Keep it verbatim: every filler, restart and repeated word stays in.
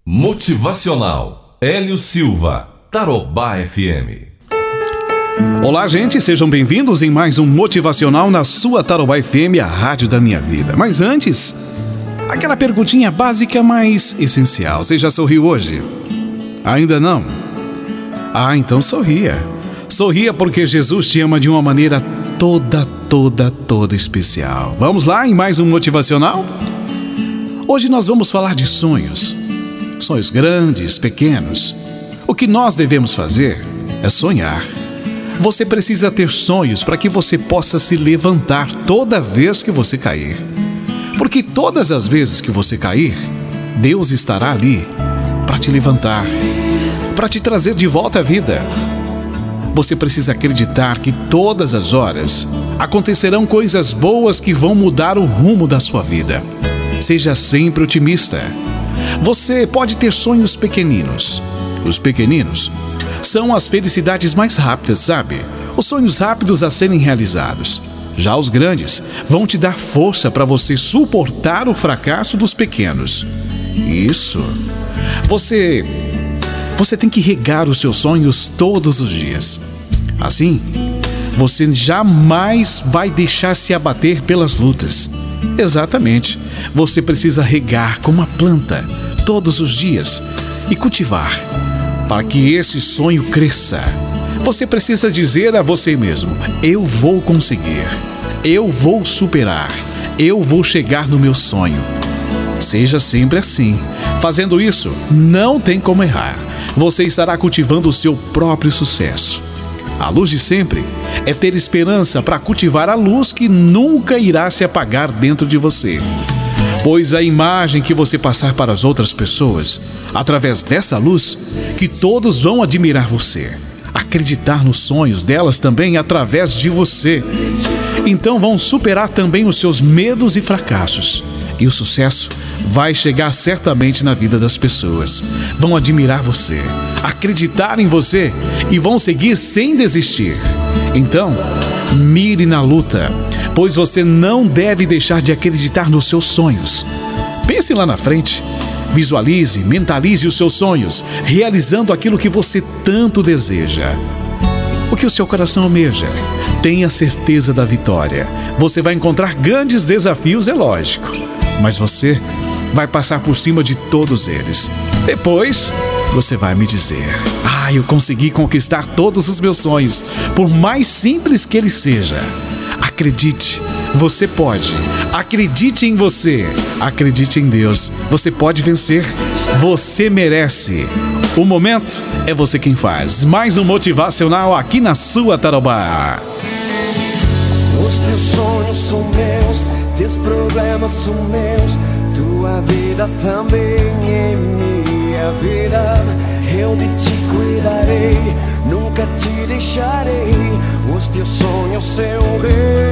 Motivacional Hélio Silva, Tarobá F M. Olá, gente, sejam bem-vindos em mais um Motivacional na sua Tarobá F M, a rádio da minha vida. Mas antes, aquela perguntinha básica, mas essencial. Você já sorriu hoje? Ainda não? Ah, então sorria. Sorria porque Jesus te ama de uma maneira toda, toda, toda especial. Vamos lá em mais um Motivacional? Hoje nós vamos falar de sonhos. Sonhos grandes, pequenos. O que nós devemos fazer é sonhar. Você precisa ter sonhos para que você possa se levantar toda vez que você cair. Porque todas as vezes que você cair, Deus estará ali para te levantar, para te trazer de volta à vida. Você precisa acreditar que todas as horas acontecerão coisas boas que vão mudar o rumo da sua vida. Seja sempre otimista. Você pode ter sonhos pequeninos. Os pequeninos são as felicidades mais rápidas, sabe? Os sonhos rápidos a serem realizados. Já os grandes vão te dar força para você suportar o fracasso dos pequenos. Isso. Você... Você tem que regar os seus sonhos todos os dias. Assim, você jamais vai deixar se abater pelas lutas. Exatamente. Você precisa regar como uma planta todos os dias e cultivar para que esse sonho cresça. Você precisa dizer a você mesmo: eu vou conseguir, eu vou superar, eu vou chegar no meu sonho. Seja sempre assim. Fazendo isso, não tem como errar. Você estará cultivando o seu próprio sucesso. A luz de sempre é ter esperança para cultivar a luz que nunca irá se apagar dentro de você. Pois a imagem que você passar para as outras pessoas, através dessa luz, que todos vão admirar você, acreditar nos sonhos delas também através de você. Então vão superar também os seus medos e fracassos. E o sucesso vai chegar certamente na vida das pessoas. Vão admirar você, acreditar em você e vão seguir sem desistir. Então, mire na luta, pois você não deve deixar de acreditar nos seus sonhos. Pense lá na frente. Visualize, mentalize os seus sonhos, realizando aquilo que você tanto deseja. O que o seu coração almeja. Tenha certeza da vitória. Você vai encontrar grandes desafios, é lógico, mas você vai passar por cima de todos eles. Depois, você vai me dizer: ah, eu consegui conquistar todos os meus sonhos, por mais simples que ele seja. Acredite, você pode. Acredite em você. Acredite em Deus. Você pode vencer. Você merece. O momento é você quem faz. Mais um Motivacional aqui na sua Tarobá. Os teus sonhos são meus, teus problemas são meus, tua vida também é minha vida. Eu de ti cuidarei, nunca te deixarei. Os teus sonhos são reais.